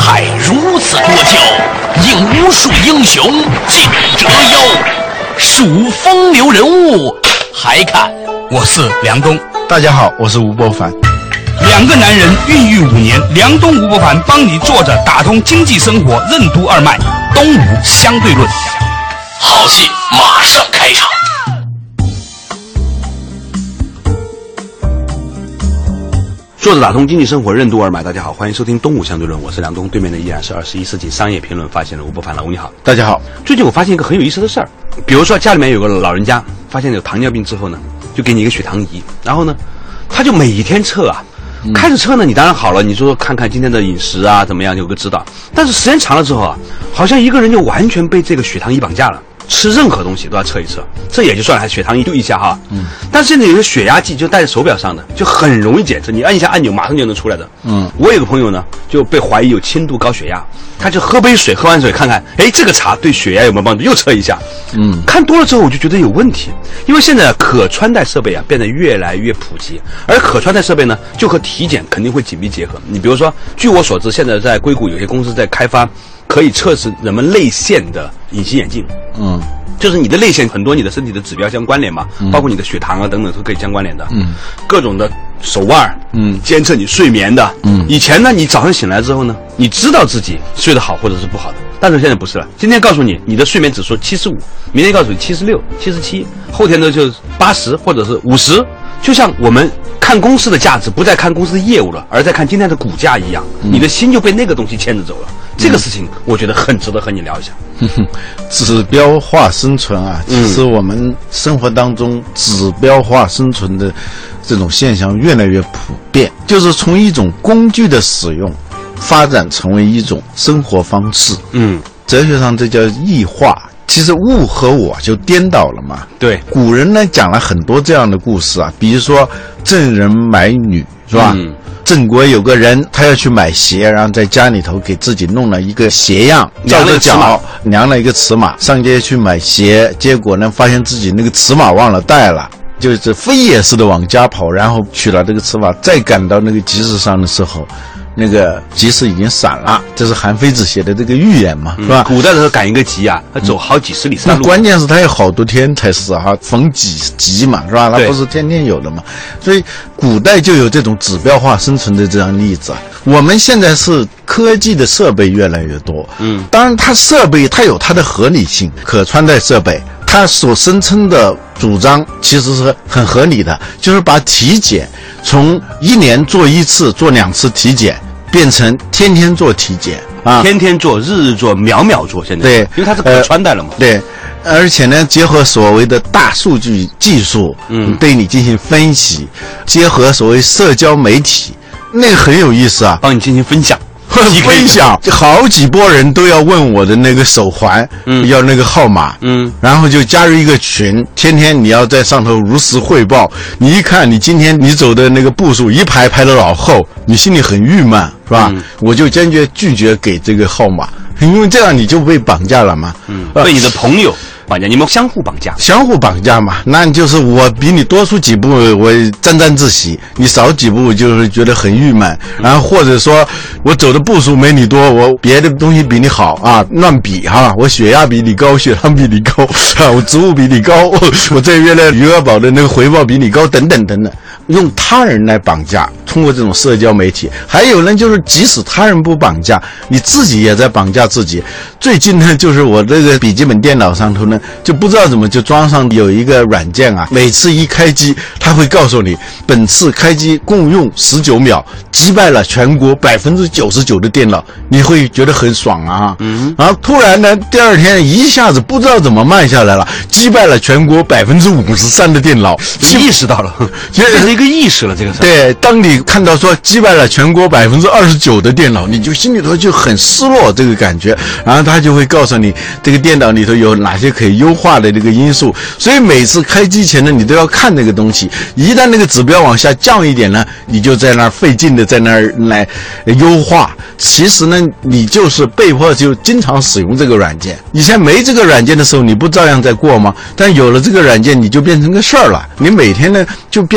海如此多娇，引无数英雄竞折腰。数风流人物，还看我是梁冬。 大家好，我是吴伯凡。 两个男人孕育5年，梁冬、吴伯凡帮你坐着打通经济生活任督二脉，东吴相对论。 好戏马上开场。 坐着打通经济生活任督二脉，大家好，欢迎收听东吴相对论，我是梁冬，对面的依然是21世纪商业评论发现人吴伯凡。老吴你好。 大家好。 最近我发现一个很有意思的事儿，比如说家里面有个老人家发现有糖尿病之后呢，就给你一个血糖仪，然后呢他就每一天测啊，开始测呢，你当然好了，你说看看今天的饮食啊怎么样，有个指导。但是时间长了之后啊，好像一个人就完全被这个血糖仪绑架了，吃任何东西都要测一测，这也就算了，还血糖仪就一下哈。但是现在有个血压计就戴在手表上的，就很容易检测，你按一下按钮马上就能出来的。我有个朋友呢就被怀疑有轻度高血压，他就喝杯水，喝完水看看，哎，这个茶对血压有没有帮助，又测一下。看多了之后我就觉得有问题，因为现在可穿戴设备啊变得越来越普及，而可穿戴设备呢就和体检肯定会紧密结合。你比如说，据我所知，现在在硅谷有些公司在开发可以测试人们泪腺的隐形眼镜。就是你的泪腺很多你的身体的指标相关联嘛，包括你的血糖啊等等都可以相关联的。各种的手腕，监测你睡眠的。以前呢，你早上醒来之后呢，你知道自己睡得好或者是不好的，但是现在不是了。今天告诉你你的睡眠指数75，明天告诉你76、77，后天呢就是80或者是50。就像我们看公司的价值不再看公司的业务了，而在看今天的股价一样，你的心就被那个东西牵着走了。这个事情我觉得很值得和你聊一下。 指标化生存啊，其实我们生活当中指标化生存的这种现象越来越普遍，就是从一种工具的使用发展成为一种生活方式。哲学上这叫异化。其实物和我就颠倒了嘛。对，古人呢讲了很多这样的故事啊，比如说郑人买女，是吧？郑国有个人，他要去买鞋，然后在家里头给自己弄了一个鞋样，照着脚量了一个尺码，上街去买鞋，结果呢发现自己那个尺码忘了带了，就是飞也似的往家跑，然后取了这个尺码，再赶到那个集市上的时候，那个集市已经散了，这是韩非子写的这个寓言嘛，是吧？ 古代的时候赶一个集啊，他走好几十里山路。 那关键是他有好多天才是哈，逢集嘛，是吧？他不是天天有的嘛。所以古代就有这种指标化生存的这样例子。我们现在是科技的设备越来越多，当然它设备它有它的合理性，可穿戴设备。他所声称的主张其实是很合理的，就是把体检从1年做1次、做2次体检，变成天天做体检啊， 天天做、日日做、秒秒做。现在对，因为它是可穿戴了嘛。 对，而且呢，结合所谓的大数据技术，对你进行分析，结合所谓社交媒体，那个很有意思啊， 帮你进行分享。 分享好几波人都要问我的那个手环，要那个号码，然后就加入一个群，天天你要在上头如实汇报。你一看你今天你走的那个步数一排排的老后，你心里很郁闷，是吧？我就坚决拒绝给这个号码，因为这样你就被绑架了嘛。 被你的朋友绑架，你们相互绑架， 相互绑架嘛。那就是我比你多出几步，我沾沾自喜；你少几步，就是觉得很郁闷。然后或者说我走的步数没你多，我别的东西比你好啊，乱比哈，我血压比你高，血糖比你高啊，我职务比你高，我这个月的余额宝的那个回报比你高，等等等等。用他人来绑架，通过这种社交媒体。还有呢，就是即使他人不绑架，你自己也在绑架自己。最近呢，就是我这个笔记本电脑上头呢，就不知道怎么就装上有一个软件啊，每次一开机，它会告诉你本次开机共用19秒，击败了全国99%的电脑，你会觉得很爽啊。然后突然呢，第二天一下子不知道怎么慢下来了，击败了全国53%的电脑， 你意识到了，这是一个意识了，这个事。 对，当你看到说击败了全国29%的电脑，你就心里头就很失落这个感觉，然后他就会告诉你这个电脑里头有哪些可以优化的这个因素，所以每次开机前呢，你都要看那个东西，一旦那个指标往下降一点呢，你就在那儿费劲的在那儿来优化。其实呢，你就是被迫就经常使用这个软件。以前没这个软件的时候，你不照样在过吗？但有了这个软件，你就变成个事儿了，你每天呢就变成了一种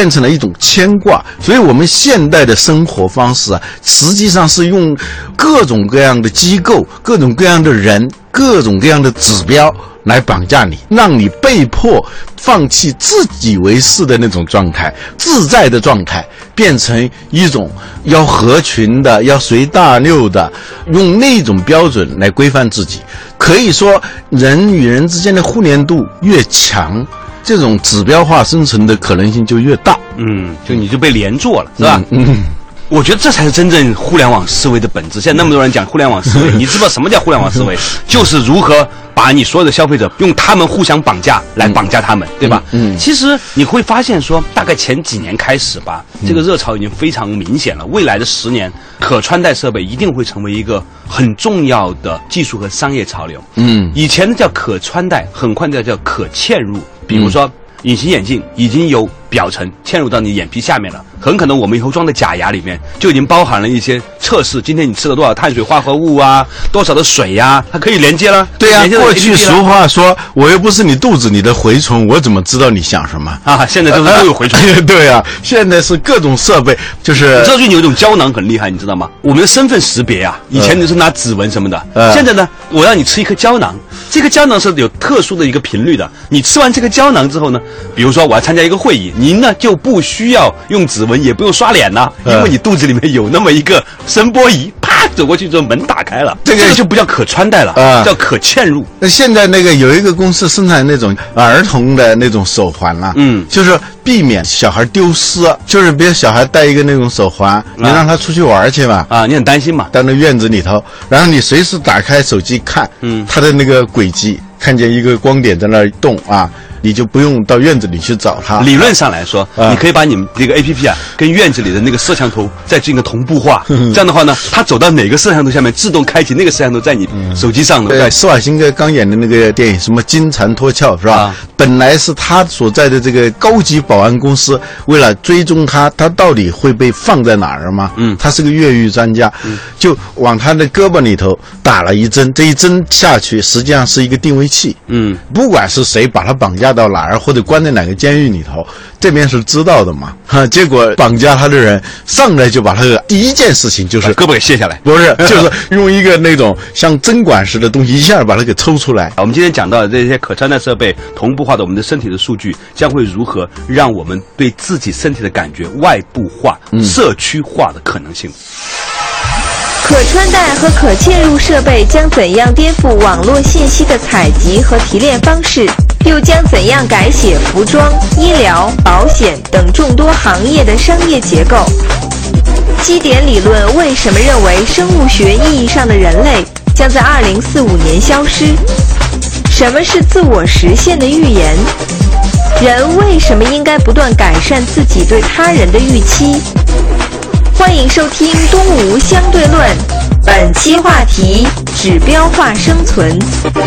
种牵挂。所以我们现代的生活方式啊，实际上是用各种各样的机构、各种各样的人、各种各样的指标来绑架你，让你被迫放弃自己为是的那种状态，自在的状态，变成一种要合群的、要随大流的，用那种标准来规范自己。可以说，人与人之间的互联度越强，这种指标化生存的可能性就越大。 就你就被连坐了，是吧？我觉得这才是真正互联网思维的本质。现在那么多人讲互联网思维，你知不知道什么叫互联网思维？就是如何把你所有的消费者用他们互相绑架来绑架他们，对吧？其实你会发现说，大概前几年开始吧，这个热潮已经非常明显了。未来的10年，可穿戴设备一定会成为一个很重要的技术和商业潮流。以前的叫可穿戴，很快的叫可嵌入，比如说隐形眼镜已经有表层嵌入到你眼皮下面了，很可能我们以后装的假牙里面就已经包含了一些测试，今天你吃了多少碳水化合物啊，多少的水呀，它可以连接了。 对呀，过去俗话说，我又不是你肚子里的蛔虫，我怎么知道你想什么啊？现在都有蛔虫。 对呀，现在是各种设备，就是这就有一种胶囊很厉害，你知道吗？我们的身份识别啊，以前你是拿指纹什么的，现在呢，我让你吃一颗胶囊，这个胶囊是有特殊的一个频率的，你吃完这个胶囊之后呢，比如说我要参加一个会议，您呢就不需要用指纹，也不用刷脸了，因为你肚子里面有那么一个声波仪，啪走过去之后门打开了，这个就不叫可穿戴了，叫可嵌入。 那现在那个有一个公司生产那种儿童的那种手环了，就是避免小孩丢失，就是别小孩带一个那种手环，你让他出去玩去嘛， 你很担心嘛， 到那院子里头，然后你随时打开手机看，他的那个轨迹，看见一个光点在那儿动啊。你就不用到院子里去找它。 理论上来说，你可以把你们这个 APP 啊，跟院子里的那个摄像头再进行一个同步化。这样的话呢，它走到哪个摄像头下面，自动开启那个摄像头在你手机上的。 对，施瓦辛格刚演的那个电影，什么《金蝉脱壳》是吧？本来是他所在的这个高级保安公司，为了追踪他到底会被放在哪儿嘛？他是个越狱专家，就往他的胳膊里头打了一针，这一针下去实际上是一个定位器。不管是谁把他绑架到哪儿，或者关在哪个监狱里头，这边是知道的嘛。结果绑架他的人上来就把他的第一件事情就是胳膊给卸下来， 不是，就是用一个那种像针管似的东西一下把它给抽出来。 我们今天讲到的这些可穿戴设备同步化的我们的身体的数据，将会如何让我们对自己身体的感觉外部化、社区化的可能性。 可穿戴和可嵌入设备将怎样颠覆网络信息的采集和提炼方式？又将怎样改写服装、医疗、保险等众多行业的商业结构？基点理论为什么认为生物学意义上的人类将在2045年消失？什么是自我实现的预言？人为什么应该不断改善自己对他人的预期？欢迎收听《东吴相对论》，本期话题：指标化生存。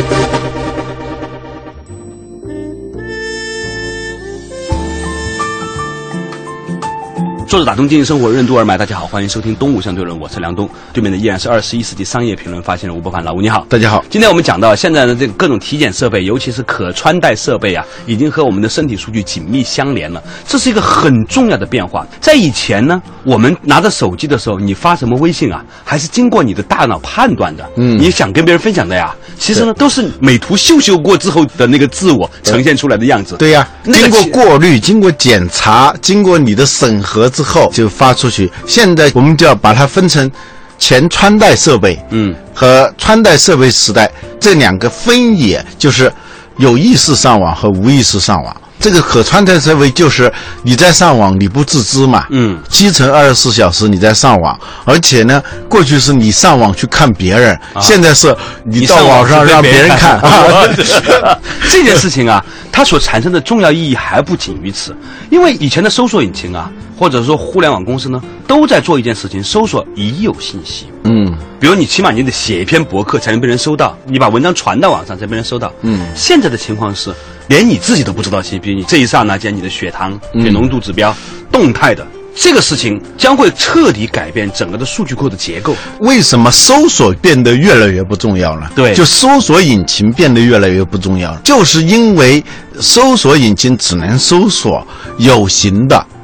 作者打通经济生活，任督二脉。大家好，欢迎收听《东吴相对论》，我是梁东。对面的依然是21世纪商业评论发现人吴伯凡，老吴你好。 大家好。 今天我们讲到现在的这个各种体检设备，尤其是可穿戴设备啊，已经和我们的身体数据紧密相连了。这是一个很重要的变化。在以前呢，我们拿着手机的时候，你发什么微信啊，还是经过你的大脑判断的。你想跟别人分享的呀，其实呢都是美图秀秀过之后的那个自我呈现出来的样子。 对呀，经过过滤，经过检查，经过你的审核之后就发出去。现在我们就要把它分成前穿戴设备，和穿戴设备时代这两个分野，就是有意识上网和无意识上网。这个可穿戴设备就是你在上网你不自知嘛，7乘24小时你在上网，而且呢，过去是你上网去看别人，现在是你到网上让别人看。 这件事情啊，它所产生的重要意义还不仅于此，因为以前的搜索引擎啊，或者说互联网公司呢，都在做一件事情，搜索已有信息。比如你起码你得写一篇博客才能被人收到，你把文章传到网上才被人收到。现在的情况是，连你自己都不知道信息，比如你这一刹那间你的血糖、血浓度指标动态的。这个事情将会彻底改变整个的数据库的结构。 为什么搜索变得越来越不重要了？ 对， 就搜索引擎变得越来越不重要了，就是因为搜索引擎只能搜索有形的、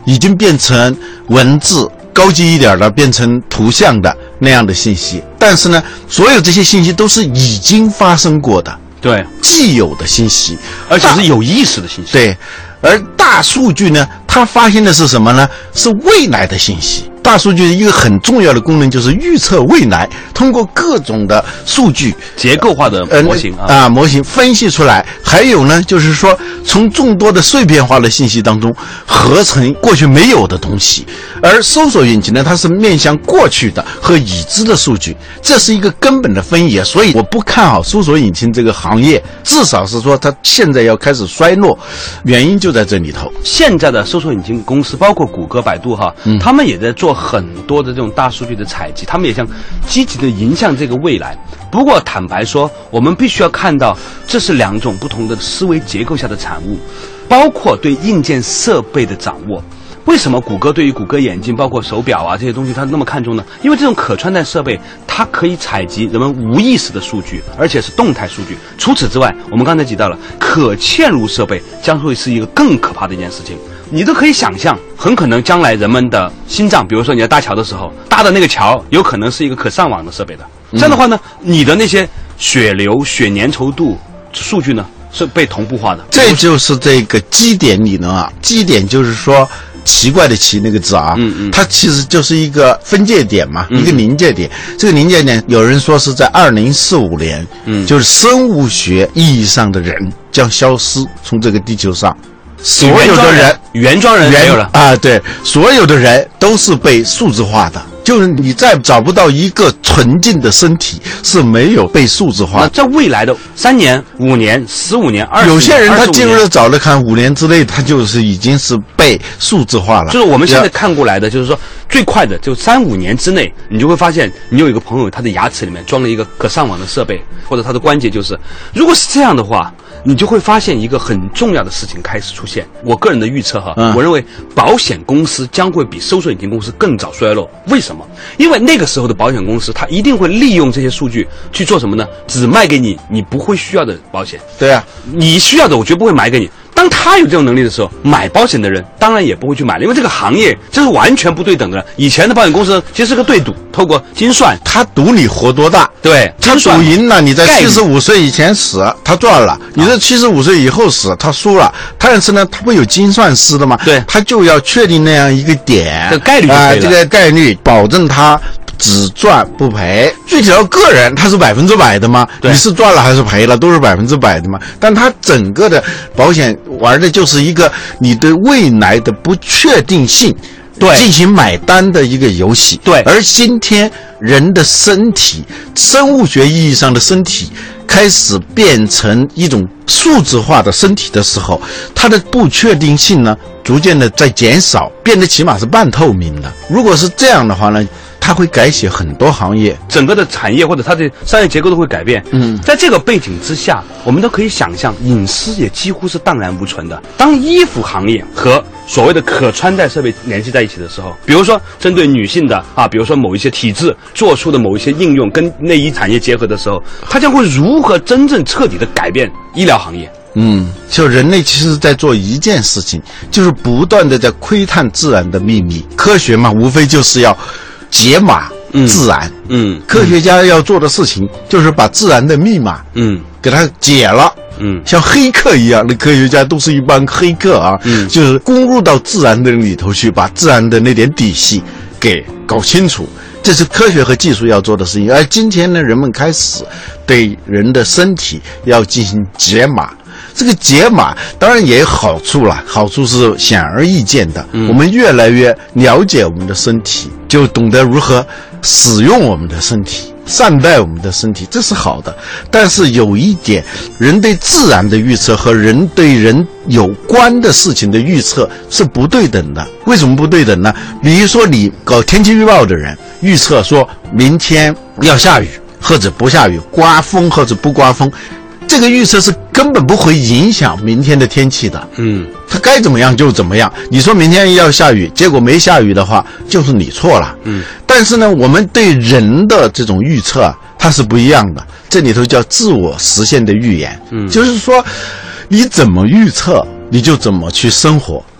已经变成文字，高级一点的变成图像的那样的信息。但是呢，所有这些信息都是已经发生过的， 对， 既有的信息， 而且是有意识的信息。 对，而大数据呢，它发现的是什么呢？是未来的信息。大数据一个很重要的功能就是预测未来，通过各种的数据结构化的模型模型分析出来。还有呢，就是说从众多的碎片化的信息当中合成过去没有的东西。而搜索引擎呢，它是面向过去的和已知的数据，这是一个根本的分野。所以我不看好搜索引擎这个行业，至少是说它现在要开始衰落，原因就在这里头。 现在的搜索引擎公司，包括谷歌、百度他们也在做很多的这种大数据的采集，他们也想积极的迎向这个未来。不过坦白说，我们必须要看到，这是两种不同的思维结构下的产物，包括对硬件设备的掌握。为什么谷歌对于谷歌眼镜包括手表这些东西它那么看重呢？因为这种可穿戴设备它可以采集人们无意识的数据，而且是动态数据。除此之外，我们刚才提到了可嵌入设备将会是一个更可怕的一件事情。你都可以想象，很可能将来人们的心脏，比如说你要搭桥的时候，搭的那个桥有可能是一个可上网的设备的。这样的话呢，你的那些血流、血粘稠度数据呢是被同步化的。 这就是这个基点理论啊。基点就是说奇怪的奇那个字啊，它其实就是一个分界点嘛，一个临界点。这个临界点有人说是在2045年，就是生物学意义上的人将消失，从这个地球上。所有的人， 原装人没有了啊，对，所有的人都是被数字化的，就是你再找不到一个纯净的身体是没有被数字化的。 那在未来的3年、5年、15年、20年， 有些人他进入的早的看5年之内，他就是已经是被数字化了。 就是我们现在看过来的，就是说最快的就3-5年之内，你就会发现你有一个朋友他的牙齿里面装了一个可上网的设备，或者他的关节就是，如果是这样的话，你就会发现一个很重要的事情开始出现。我个人的预测我认为保险公司将会比搜索引擎公司更早衰落。为什么？因为那个时候的保险公司，它一定会利用这些数据去做什么呢？只卖给你不会需要的保险。 对啊， 你需要的我绝不会买给你。当他有这种能力的时候，买保险的人当然也不会去买了，因为这个行业这是完全不对等的。以前的保险公司其实是个对赌，透过精算， 他赌你活多大， 对， 他赌赢了，你在75岁以前死，他赚了；你在75岁以后死，他输了。但是呢，他不有精算师的吗？ 对， 他就要确定那样一个点， 这个概率就可以了， 这个概率保证他只赚不赔。具体到个人，他是100%的吗？你是赚了还是赔了，都是100%的吗？但他整个的保险玩的就是一个你对未来的不确定性进行买单的一个游戏。 对， 而今天人的身体，生物学意义上的身体开始变成一种数字化的身体的时候，它的不确定性呢，逐渐的在减少，变得起码是半透明的。如果是这样的话呢，它会改写很多行业， 整个的产业或者它的商业结构都会改变。在这个背景之下，我们都可以想象，隐私也几乎是荡然无存的。当衣服行业和所谓的可穿戴设备联系在一起的时候，比如说针对女性的比如说某一些体质做出的某一些应用跟内衣产业结合的时候，它将会如何真正彻底的改变医疗行业？ 就人类其实在做一件事情，就是不断的在窥探自然的秘密。科学嘛，无非就是要解码自然。科学家要做的事情就是把自然的密码给它解了。像黑客一样的科学家都是一帮黑客啊，就是攻入到自然的里头去，把自然的那点底细给搞清楚。这是科学和技术要做的事情。而今天呢，人们开始对人的身体要进行解码。这个解码当然也有好处了，好处是显而易见的。我们越来越了解我们的身体，就懂得如何使用我们的身体，善待我们的身体，这是好的。但是有一点，人对自然的预测和人对人有关的事情的预测是不对等的。为什么不对等呢？比如说你搞天气预报的人预测说明天要下雨或者不下雨，刮风或者不刮风，这个预测是根本不会影响明天的天气的。它该怎么样就怎么样。你说明天要下雨，结果没下雨的话，就是你错了。但是呢，我们对人的这种预测它是不一样的，这里头叫自我实现的预言。就是说，你怎么预测，你就怎么去生活。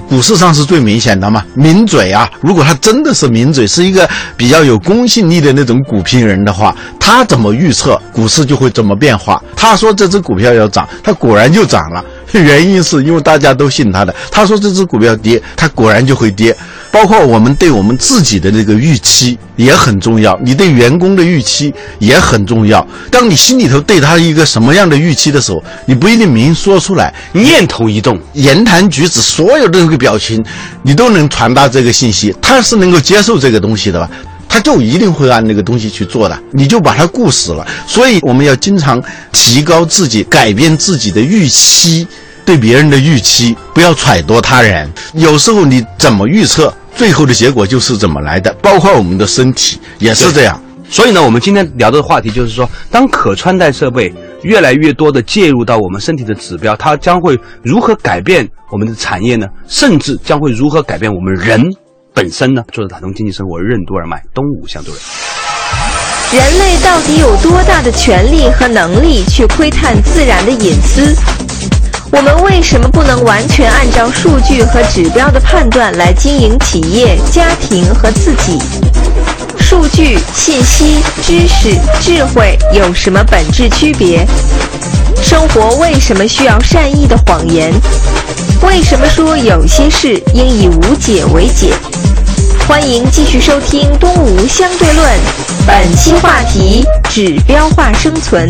股市上是最明显的嘛，抿嘴啊，如果他真的是抿嘴，是一个比较有公信力的那种股评人的话，他怎么预测股市就会怎么变化。他说这只股票要涨，它果然就涨了，原因是因为大家都信他的。他说这只股票跌，它果然就会跌。包括我们对我们自己的这个预期也很重要，你对员工的预期也很重要。当你心里头对他一个什么样的预期的时候，你不一定明说出来， 念头一动， 言谈举止所有的这个表情，你都能传达这个信息，他是能够接受这个东西的吧？他就一定会按那个东西去做的，你就把他顾死了。所以我们要经常提高自己，改变自己的预期，对别人的预期，不要揣度他人。有时候你怎么预测，最后的结果就是怎么来的，包括我们的身体也是这样。 所以呢，我们今天聊的话题就是说，当可穿戴设备越来越多的介入到我们身体的指标，它将会如何改变我们的产业呢？甚至将会如何改变我们人本身呢？作者打通经济生活任督二脉，东吴相对论。 人类到底有多大的权利和能力去窥探自然的隐私？我们为什么不能完全按照数据和指标的判断来经营企业、家庭和自己？数据、信息、知识、智慧有什么本质区别？生活为什么需要善意的谎言？为什么说有些事应以无解为解？欢迎继续收听《东吴相对论》，本期话题：指标化生存。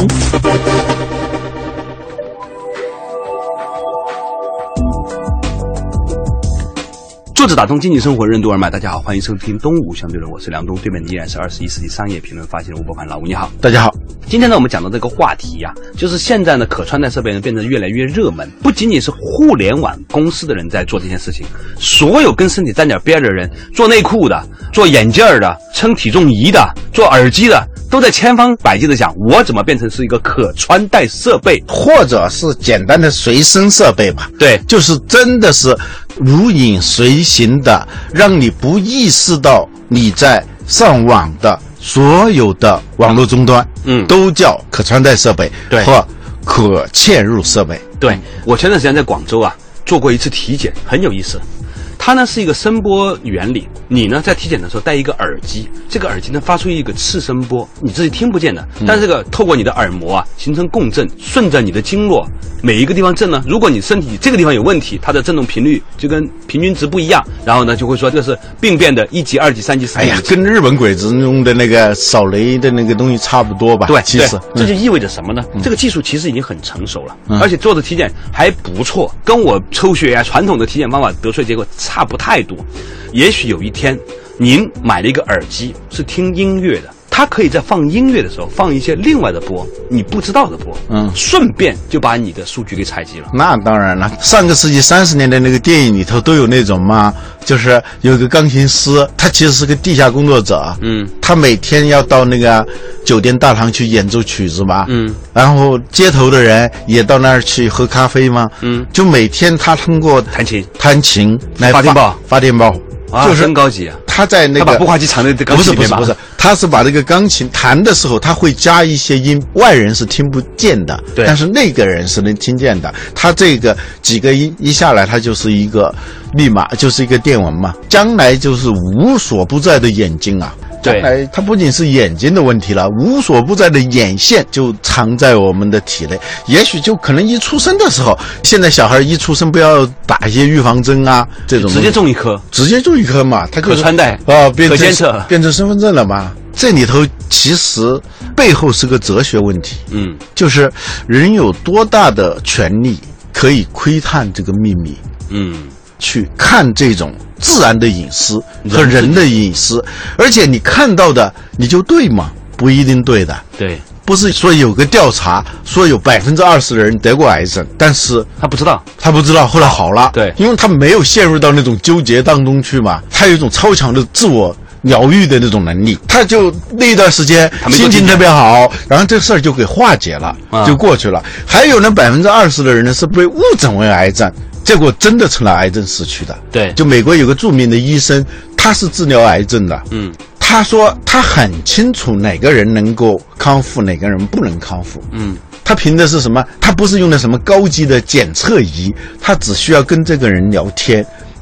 作者打通经济生活任督二脉，大家好，欢迎收听东吴相对论，我是梁东，对面依然是21世纪商业评论发行人吴伯凡，老吴你好。 大家好。 今天呢，我们讲的这个话题呀，就是现在呢，可穿戴设备呢变得越来越热门，不仅仅是互联网公司的人在做这件事情，所有跟身体沾点边的人，做内裤的、做眼镜的、称体重仪的、做耳机的，都在千方百计的想，我怎么变成是一个可穿戴设备， 或者是简单的随身设备吧。 对， 就是真的是如影随形的，让你不意识到你在上网的所有的网络终端，都叫可穿戴设备， 对， 或可嵌入设备。 对，我前段时间在广州啊做过一次体检，很有意思。它呢是一个声波原理，你呢在体检的时候戴一个耳机，这个耳机呢发出一个次声波，你自己听不见的，但是这个透过你的耳膜啊形成共振，顺着你的经络每一个地方震呢，如果你身体这个地方有问题，它的振动频率就跟平均值不一样，然后呢就会说这是病变的1级、2级、3级、4级。 哎呀，跟日本鬼子用的那个扫雷的那个东西差不多吧？ 对， 其实这就意味着什么呢？这个技术其实已经很成熟了，而且做的体检还不错，跟我抽血啊传统的体检方法得出的结果差不太多。也许有一天您买了一个耳机是听音乐的，它可以在放音乐的时候放一些另外的波，你不知道的波，顺便就把你的数据给采集了。 那当然了，上个世纪30年代那个电影里头都有那种嘛，就是有个钢琴师，他其实是个地下工作者，他每天要到那个酒店大堂去演奏曲子嘛，然后街头的人也到那儿去喝咖啡嘛，就每天他通过弹琴来发电报。 就是真高级啊！ 他在那个他把步话机藏在这钢琴里面吧？ 不是，他是把这个钢琴弹的时候，他会加一些音，外人是听不见的， 对， 但是那个人是能听见的。他这个几个音一下来，他就是一个密码，就是一个电文嘛。将来就是无所不在的眼睛啊！将来它不仅是眼睛的问题了，无所不在的眼线就藏在我们的体内。也许就可能一出生的时候，现在小孩一出生不要打一些预防针啊，这种直接种一颗嘛，它可穿戴可监测， 变成身份证了嘛。这里头其实背后是个哲学问题，就是人有多大的权利可以窥探这个秘密，去看这种自然的隐私和人的隐私，而且你看到的你就对吗？不一定对的。 对， 不是说有个调查说有20%的人得过癌症，但是他不知道， 后来好了。 对， 因为他没有陷入到那种纠结当中去嘛，他有一种超强的自我疗愈的那种能力，他就那段时间心情特别好，然后这事儿就给化解了，就过去了。还有那20%的人呢是被误诊为癌症，结果真的成了癌症死去的。 对， 就美国有个著名的医生，他是治疗癌症的，他说他很清楚哪个人能够康复，哪个人不能康复。他凭的是什么？他不是用的什么高级的检测仪，他只需要跟这个人聊天，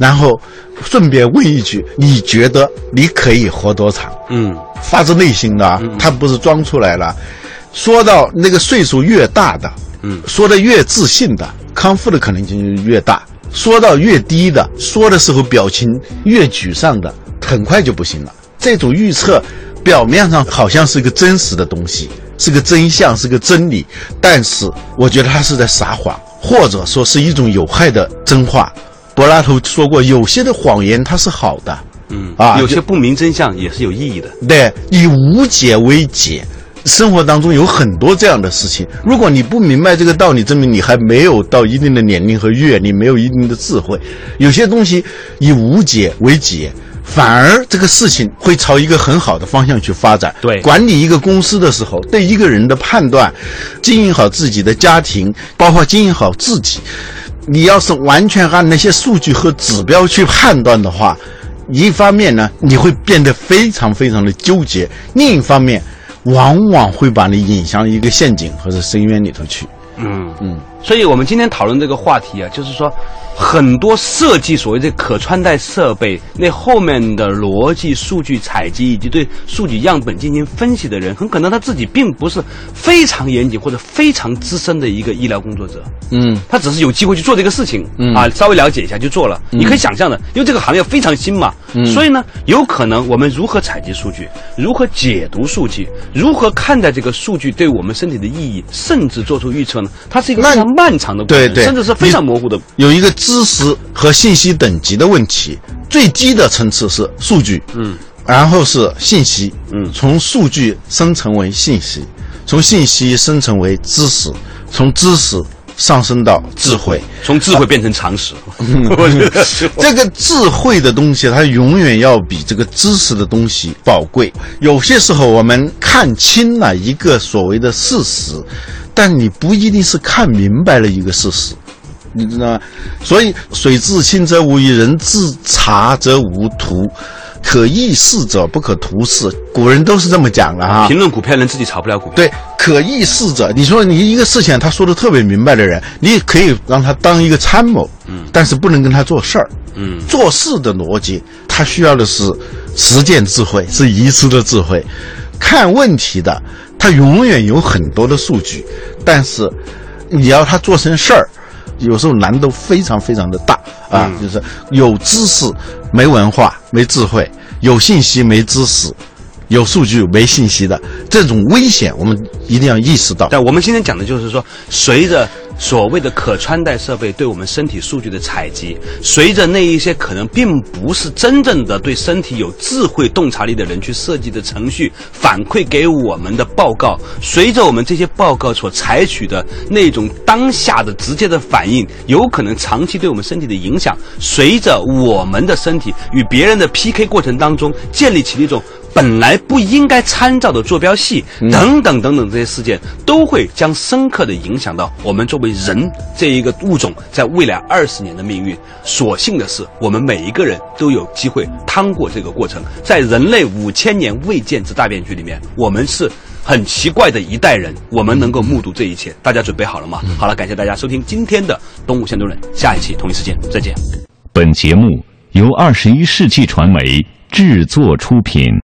然后顺便问一句，你觉得你可以活多长？发自内心的，他不是装出来了。说到那个岁数越大的，说的越自信的，康复的可能性就越大。说到越低的，说的时候表情越沮丧的，很快就不行了。这种预测表面上好像是个真实的东西，是个真相，是个真理，但是我觉得他是在撒谎，或者说是一种有害的真话。柏拉图说过，有些的谎言它是好的， 有些不明真相也是有意义的。 对，以无解为解。生活当中有很多这样的事情，如果你不明白这个道理，证明你还没有到一定的年龄和阅历，没有一定的智慧。有些东西以无解为解，反而这个事情会朝一个很好的方向去发展。 对， 管理一个公司的时候，对一个人的判断，经营好自己的家庭，包括经营好自己，你要是完全按那些数据和指标去判断的话，一方面呢，你会变得非常非常的纠结；另一方面，往往会把你引向一个陷阱或者深渊里头去。 所以我们今天讨论这个话题啊，就是说很多设计所谓的可穿戴设备那后面的逻辑、数据采集以及对数据样本进行分析的人，很可能他自己并不是非常严谨或者非常资深的一个医疗工作者。他只是有机会去做这个事情，稍微了解一下就做了。你可以想象的，因为这个行业非常新嘛，所以呢，有可能我们如何采集数据，如何解读数据，如何看待这个数据对我们身体的意义，甚至做出预测呢？它是一个非常漫长的过程，甚至是非常模糊的。 有一个知识和信息等级的问题，最低的层次是数据，然后是信息，从数据生成为信息，从信息生成为知识，从知识上升到智慧， 从智慧变成常识。 这个智慧的东西，它永远要比这个知识的东西宝贵。有些时候我们看清了一个所谓的事实，但你不一定是看明白了一个事实，你知道吗？所以水至清则无鱼，人至察则无徒。可议事者不可图事，古人都是这么讲的哈。 评论股票人自己炒不了股票。 对，可议事者，你说你一个事情他说的特别明白的人，你也可以让他当一个参谋，但是不能跟他做事儿。做事的逻辑，他需要的是实践智慧，是遗失的智慧。看问题的，他永远有很多的数据，但是你要他做成事儿，有时候难度非常非常的大啊！就是有知识没文化没智慧，有信息没知识，有数据没信息的这种危险，我们一定要意识到。 但我们今天讲的就是说，随着所谓的可穿戴设备对我们身体数据的采集，随着那一些可能并不是真正的对身体有智慧洞察力的人去设计的程序反馈给我们的报告，随着我们这些报告所采取的那种当下的直接的反应，有可能长期对我们身体的影响，随着我们的身体与别人的 PK 过程当中建立起了一种本来不应该参照的坐标系等等等等，这些事件都会将深刻的影响到我们作为人这一个物种在未来20年的命运。所幸的是，我们每一个人都有机会趟过这个过程，在人类5000年未见之大变局里面，我们是很奇怪的一代人，我们能够目睹这一切。大家准备好了吗？好了，感谢大家收听今天的东吴相对论，下一期同一时间再见。 本节目由21世纪传媒制作出品。